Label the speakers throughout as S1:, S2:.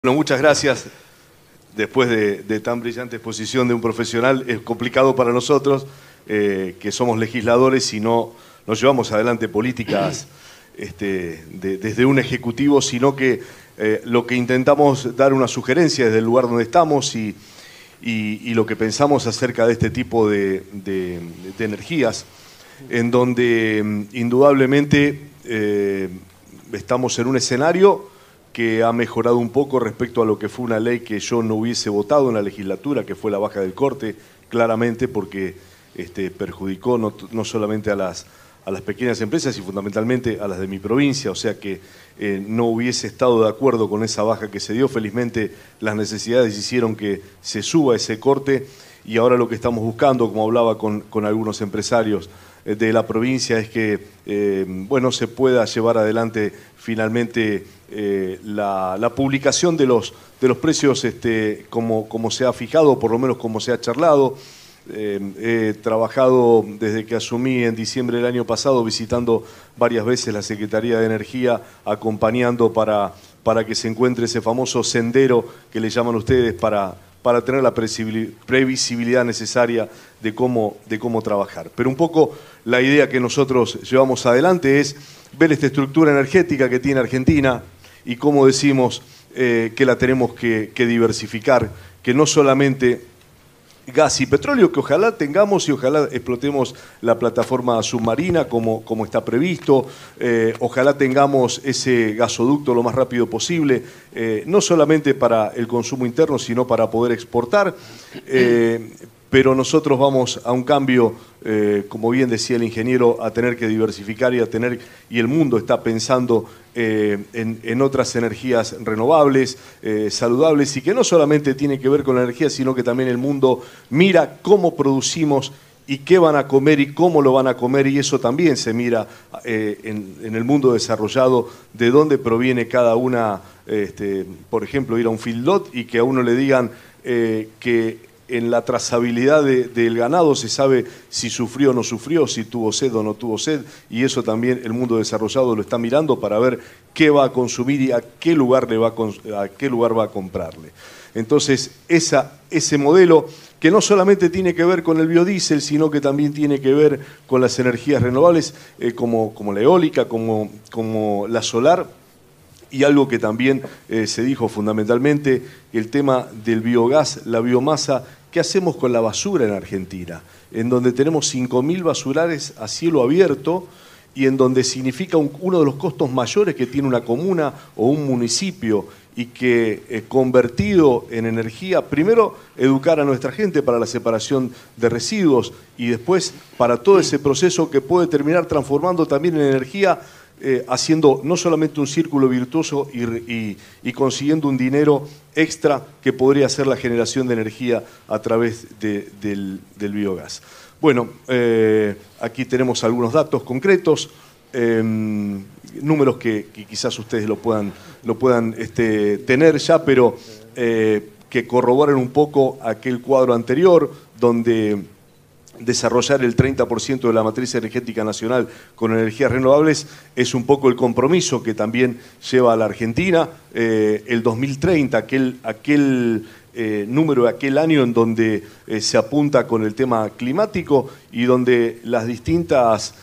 S1: Bueno, muchas gracias. Después de tan brillante exposición de un profesional, es complicado para nosotros, que somos legisladores y no llevamos adelante políticas desde un ejecutivo, sino que lo que intentamos dar una sugerencia desde el lugar donde estamos y lo que pensamos acerca de este tipo de energías, en donde indudablemente estamos en un escenario que ha mejorado un poco respecto a lo que fue una ley que yo no hubiese votado en la legislatura, que fue la baja del corte, claramente porque perjudicó no solamente a las pequeñas empresas y fundamentalmente a las de mi provincia, o sea que no hubiese estado de acuerdo con esa baja que se dio. Felizmente las necesidades hicieron que se suba ese corte y ahora lo que estamos buscando, como hablaba con algunos empresarios de la provincia, es que se pueda llevar adelante finalmente la publicación de los precios como se ha fijado, por lo menos como se ha charlado. He trabajado desde que asumí en diciembre del año pasado, visitando varias veces la Secretaría de Energía, acompañando para que se encuentre ese famoso sendero que le llaman ustedes para tener la previsibilidad necesaria de cómo trabajar. Pero un poco la idea que nosotros llevamos adelante es ver esta estructura energética que tiene Argentina y cómo decimos que la tenemos que diversificar, que no solamente gas y petróleo, que ojalá tengamos y ojalá explotemos la plataforma submarina como está previsto, ojalá tengamos ese gasoducto lo más rápido posible, no solamente para el consumo interno, sino para poder exportar, pero nosotros vamos a un cambio, como bien decía el ingeniero, a tener que diversificar y el mundo está pensando en otras energías renovables, saludables, y que no solamente tiene que ver con la energía, sino que también el mundo mira cómo producimos y qué van a comer y cómo lo van a comer, y eso también se mira en el mundo desarrollado, de dónde proviene cada una, por ejemplo, ir a un feedlot y que a uno le digan que en la trazabilidad del ganado se sabe si sufrió o no sufrió, si tuvo sed o no tuvo sed, y eso también el mundo desarrollado lo está mirando para ver qué va a consumir y a qué lugar va a comprarle. Entonces, ese modelo que no solamente tiene que ver con el biodiesel, sino que también tiene que ver con las energías renovables, como la eólica, como la solar. Y algo que también se dijo fundamentalmente, el tema del biogás, la biomasa. ¿Qué hacemos con la basura en Argentina? En donde tenemos 5.000 basurales a cielo abierto y en donde significa uno de los costos mayores que tiene una comuna o un municipio, y que convertido en energía, primero educar a nuestra gente para la separación de residuos y después para todo ese proceso que puede terminar transformando también en energía, haciendo no solamente un círculo virtuoso y consiguiendo un dinero extra que podría ser la generación de energía a través del biogás. Bueno, aquí tenemos algunos datos concretos, números que quizás ustedes lo puedan tener ya, pero que corroboren un poco aquel cuadro anterior, donde desarrollar el 30% de la matriz energética nacional con energías renovables es un poco el compromiso que también lleva a la Argentina. El 2030, aquel número, aquel año en donde se apunta con el tema climático y donde los distintos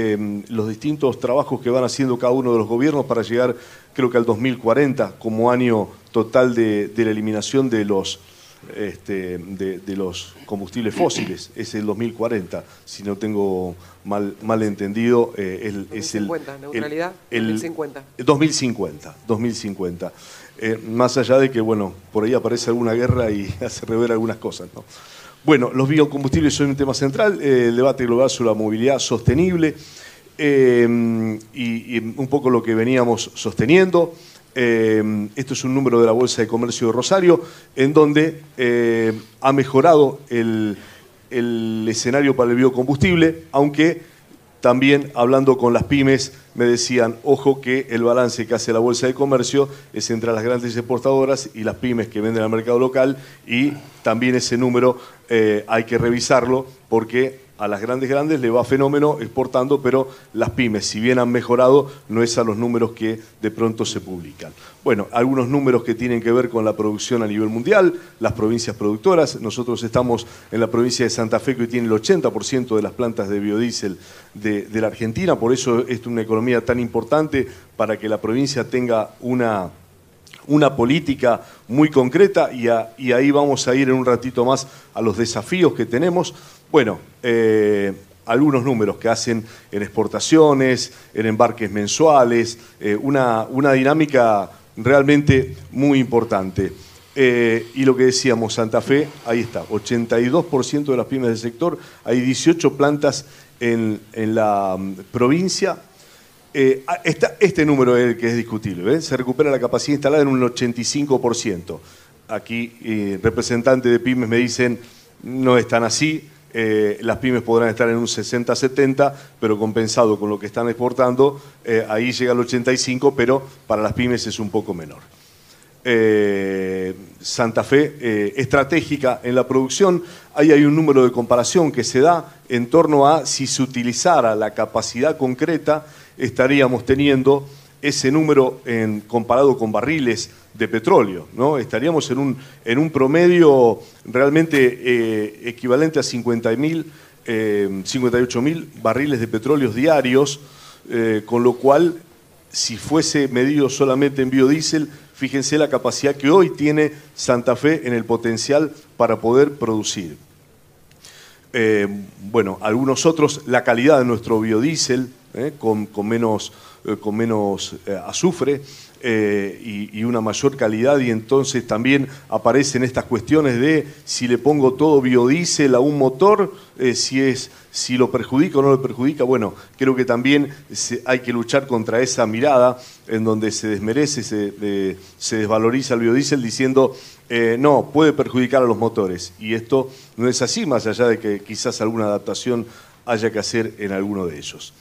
S1: trabajos que van haciendo cada uno de los gobiernos para llegar, creo que al 2040, como año total de la eliminación de los combustibles fósiles, es el 2040, si no tengo mal entendido, es el
S2: 2050, neutralidad, 2050.
S1: 2050. Más allá de que, bueno, por ahí aparece alguna guerra y hace rever algunas cosas, ¿no? Bueno, los biocombustibles son un tema central, el debate global sobre la movilidad sostenible, y un poco lo que veníamos sosteniendo. Esto es un número de la Bolsa de Comercio de Rosario, en donde ha mejorado el escenario para el biocombustible, aunque también hablando con las pymes me decían, ojo que el balance que hace la Bolsa de Comercio es entre las grandes exportadoras y las pymes que venden al mercado local, y también ese número hay que revisarlo porque a las grandes le va fenómeno exportando, pero las pymes, si bien han mejorado, no es a los números que de pronto se publican. Bueno, algunos números que tienen que ver con la producción a nivel mundial, las provincias productoras. Nosotros estamos en la provincia de Santa Fe, que hoy tiene el 80% de las plantas de biodiesel de la Argentina, por eso es una economía tan importante para que la provincia tenga una política muy concreta y ahí vamos a ir en un ratito más a los desafíos que tenemos. Bueno, algunos números que hacen en exportaciones, en embarques mensuales, una dinámica realmente muy importante. Y lo que decíamos, Santa Fe, ahí está, 82% de las pymes del sector, hay 18 plantas en la provincia. Este número es el que es discutible, ¿ves? Se recupera la capacidad instalada en un 85%. Aquí representantes de pymes me dicen, no es tan así, las pymes podrán estar en un 60-70, pero compensado con lo que están exportando, ahí llega al 85%, pero para las pymes es un poco menor. Santa Fe, estratégica en la producción, ahí hay un número de comparación que se da en torno a si se utilizara la capacidad concreta, estaríamos teniendo ese número comparado con barriles de petróleo, ¿no? Estaríamos en un promedio realmente equivalente a 58.000 barriles de petróleos diarios, con lo cual, si fuese medido solamente en biodiesel, fíjense la capacidad que hoy tiene Santa Fe en el potencial para poder producir. Bueno, algunos otros, la calidad de nuestro biodiesel, con menos azufre y una mayor calidad, y entonces también aparecen estas cuestiones de si le pongo todo biodiesel a un motor, si lo perjudica o no lo perjudica. Bueno, creo que también hay que luchar contra esa mirada en donde se desmerece, se desvaloriza el biodiesel diciendo no, puede perjudicar a los motores, y esto no es así, más allá de que quizás alguna adaptación haya que hacer en alguno de ellos.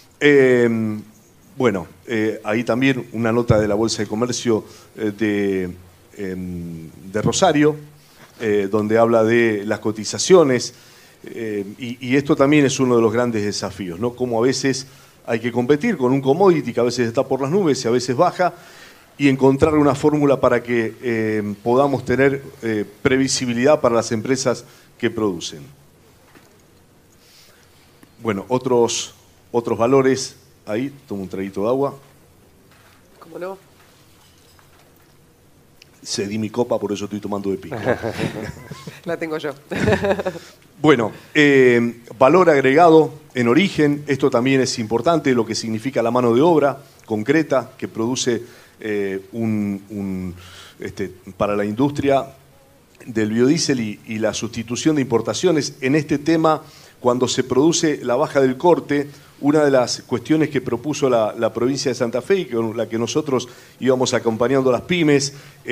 S1: Bueno, ahí también una nota de la Bolsa de Comercio de Rosario, donde habla de las cotizaciones, y esto también es uno de los grandes desafíos, ¿no? Cómo a veces hay que competir con un commodity que a veces está por las nubes y a veces baja, y encontrar una fórmula para que podamos tener previsibilidad para las empresas que producen. Bueno, otros valores. Ahí, tomo un traguito de agua.
S2: ¿Cómo no?
S1: Cedí mi copa, por eso estoy tomando de pico.
S2: La tengo yo.
S1: Bueno, valor agregado en origen, esto también es importante, lo que significa la mano de obra concreta que produce para la industria del biodiesel y la sustitución de importaciones. En este tema, cuando se produce la baja del corte, una de las cuestiones que propuso la provincia de Santa Fe y con la que nosotros íbamos acompañando a las pymes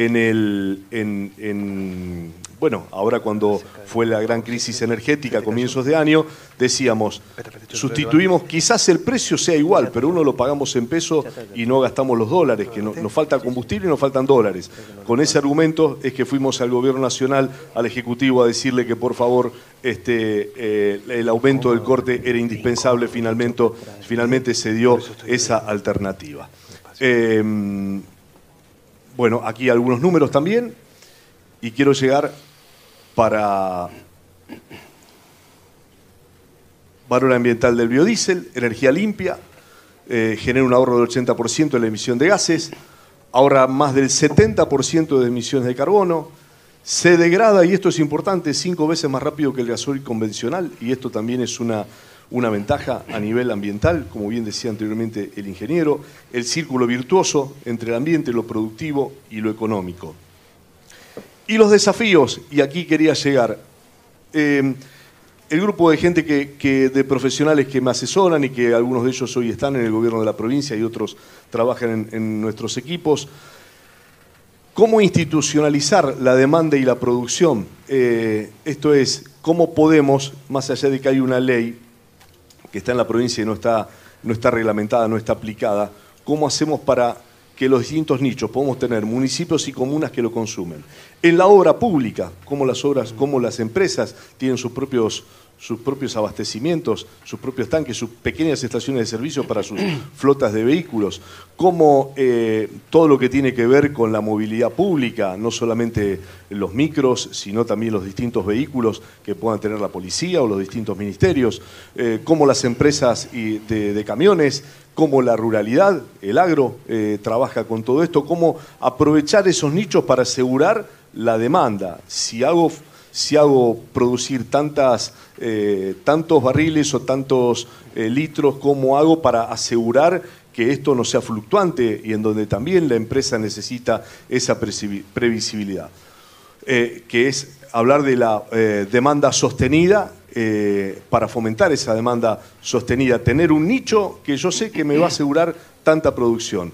S1: bueno, ahora cuando fue la gran crisis energética a comienzos de año, decíamos, sustituimos, quizás el precio sea igual, pero uno lo pagamos en pesos y no gastamos los dólares, que nos falta combustible y nos faltan dólares. Con ese argumento es que fuimos al gobierno nacional, al Ejecutivo, a decirle que por favor el aumento del corte era indispensable, finalmente se dio esa alternativa. Bueno, aquí algunos números también, y quiero llegar para valor ambiental del biodiesel, energía limpia, genera un ahorro del 80% en la emisión de gases, ahorra más del 70% de emisiones de carbono, se degrada, y esto es importante, 5 veces más rápido que el gasoil convencional, y esto también es una ventaja a nivel ambiental, como bien decía anteriormente el ingeniero, el círculo virtuoso entre el ambiente, lo productivo y lo económico. Y los desafíos, y aquí quería llegar. El grupo de gente de profesionales que me asesoran y que algunos de ellos hoy están en el gobierno de la provincia y otros trabajan en nuestros equipos. ¿Cómo institucionalizar la demanda y la producción? Esto es, ¿cómo podemos, más allá de que hay una ley que está en la provincia y no está reglamentada, no está aplicada, cómo hacemos para que los distintos nichos podemos tener municipios y comunas que lo consumen. En la obra pública, cómo las empresas tienen sus propios abastecimientos, sus propios tanques, sus pequeñas estaciones de servicio para sus flotas de vehículos, cómo todo lo que tiene que ver con la movilidad pública, no solamente los micros, sino también los distintos vehículos que puedan tener la policía o los distintos ministerios, cómo las empresas de camiones, cómo la ruralidad, el agro, trabaja con todo esto, cómo aprovechar esos nichos para asegurar la demanda. Si hago producir tantos barriles o tantos litros, ¿cómo hago para asegurar que esto no sea fluctuante y en donde también la empresa necesita esa previsibilidad? Que es hablar de la demanda sostenida, para fomentar esa demanda sostenida, tener un nicho que yo sé que me va a asegurar tanta producción.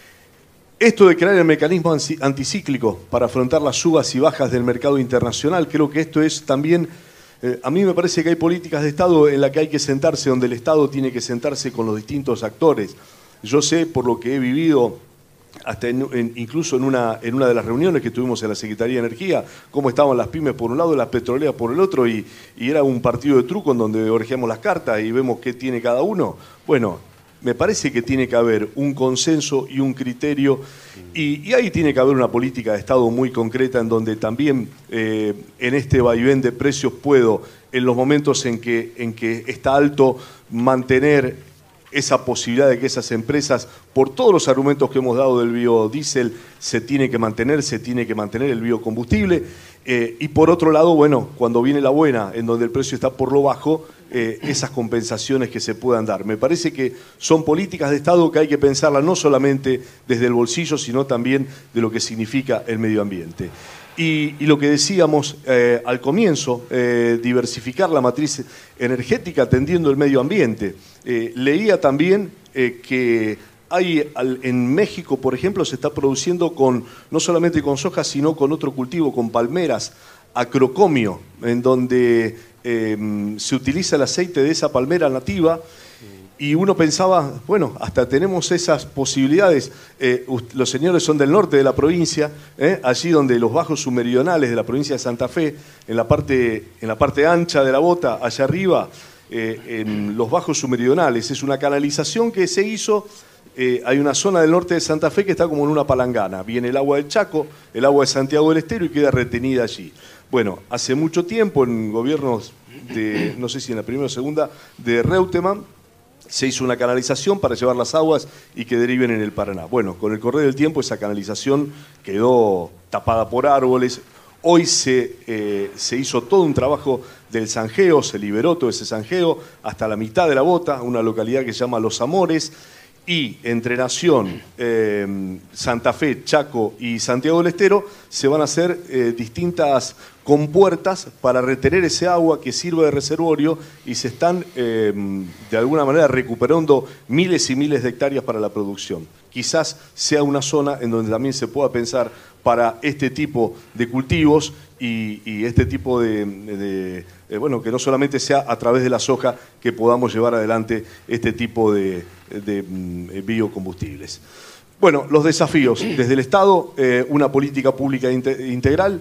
S1: Esto de crear el mecanismo anticíclico para afrontar las subas y bajas del mercado internacional, creo que esto es también, a mí me parece que hay políticas de Estado en las que hay que sentarse, donde el Estado tiene que sentarse con los distintos actores. Yo sé, por lo que he vivido, hasta incluso en una de las reuniones que tuvimos en la Secretaría de Energía, cómo estaban las pymes por un lado y las petroleras por el otro, y era un partido de truco en donde orejamos las cartas y vemos qué tiene cada uno. Bueno, me parece que tiene que haber un consenso y un criterio, y ahí tiene que haber una política de Estado muy concreta en donde también en este vaivén de precios puedo, en los momentos en que está alto, mantener esa posibilidad de que esas empresas, por todos los argumentos que hemos dado del biodiesel, se tiene que mantener el biocombustible. Y por otro lado, bueno, cuando viene la buena, en donde el precio está por lo bajo, esas compensaciones que se puedan dar. Me parece que son políticas de Estado que hay que pensarlas no solamente desde el bolsillo, sino también de lo que significa el medio ambiente. Y lo que decíamos al comienzo, diversificar la matriz energética atendiendo el medio ambiente. Leía también que en México, por ejemplo, se está produciendo no solamente con soja, sino con otro cultivo, con palmeras, acrocomio, en donde se utiliza el aceite de esa palmera nativa. Y uno pensaba, bueno, hasta tenemos esas posibilidades. Los señores son del norte de la provincia, allí donde los bajos submeridionales de la provincia de Santa Fe, en la parte ancha de la bota, allá arriba, en los bajos submeridionales, es una canalización que se hizo. Hay una zona del norte de Santa Fe que está como en una palangana. Viene el agua del Chaco, el agua de Santiago del Estero y queda retenida allí. Bueno, hace mucho tiempo, en gobiernos de, no sé si en la primera o segunda, de Reutemann, se hizo una canalización para llevar las aguas y que deriven en el Paraná. Bueno, con el correr del tiempo esa canalización quedó tapada por árboles. Hoy se hizo todo un trabajo del zanjeo, se liberó todo ese zanjeo hasta la mitad de la bota, una localidad que se llama Los Amores, y entre Nación, Santa Fe, Chaco y Santiago del Estero se van a hacer distintas compuertas para retener ese agua que sirve de reservorio, y se están de alguna manera recuperando miles y miles de hectáreas para la producción. Quizás sea una zona en donde también se pueda pensar para este tipo de cultivos y este tipo bueno, que no solamente sea a través de la soja que podamos llevar adelante este tipo de biocombustibles. Bueno, los desafíos. Desde el Estado, una política pública integral,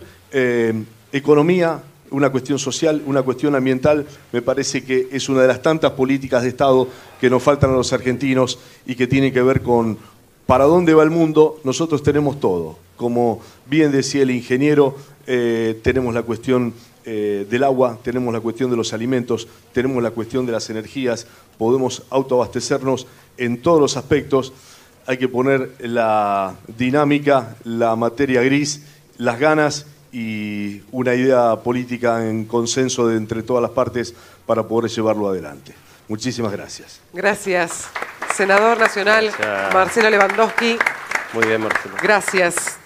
S1: economía, una cuestión social, una cuestión ambiental. Me parece que es una de las tantas políticas de Estado que nos faltan a los argentinos y que tiene que ver con para dónde va el mundo. Nosotros tenemos todo. Como bien decía el ingeniero, tenemos la cuestión del agua, tenemos la cuestión de los alimentos, tenemos la cuestión de las energías, podemos autoabastecernos en todos los aspectos. Hay que poner la dinámica, la materia gris, las ganas y una idea política en consenso entre todas las partes para poder llevarlo adelante. Muchísimas gracias.
S2: Gracias, senador nacional. Gracias. Marcelo Lewandowski.
S3: Muy bien, Marcelo.
S2: Gracias.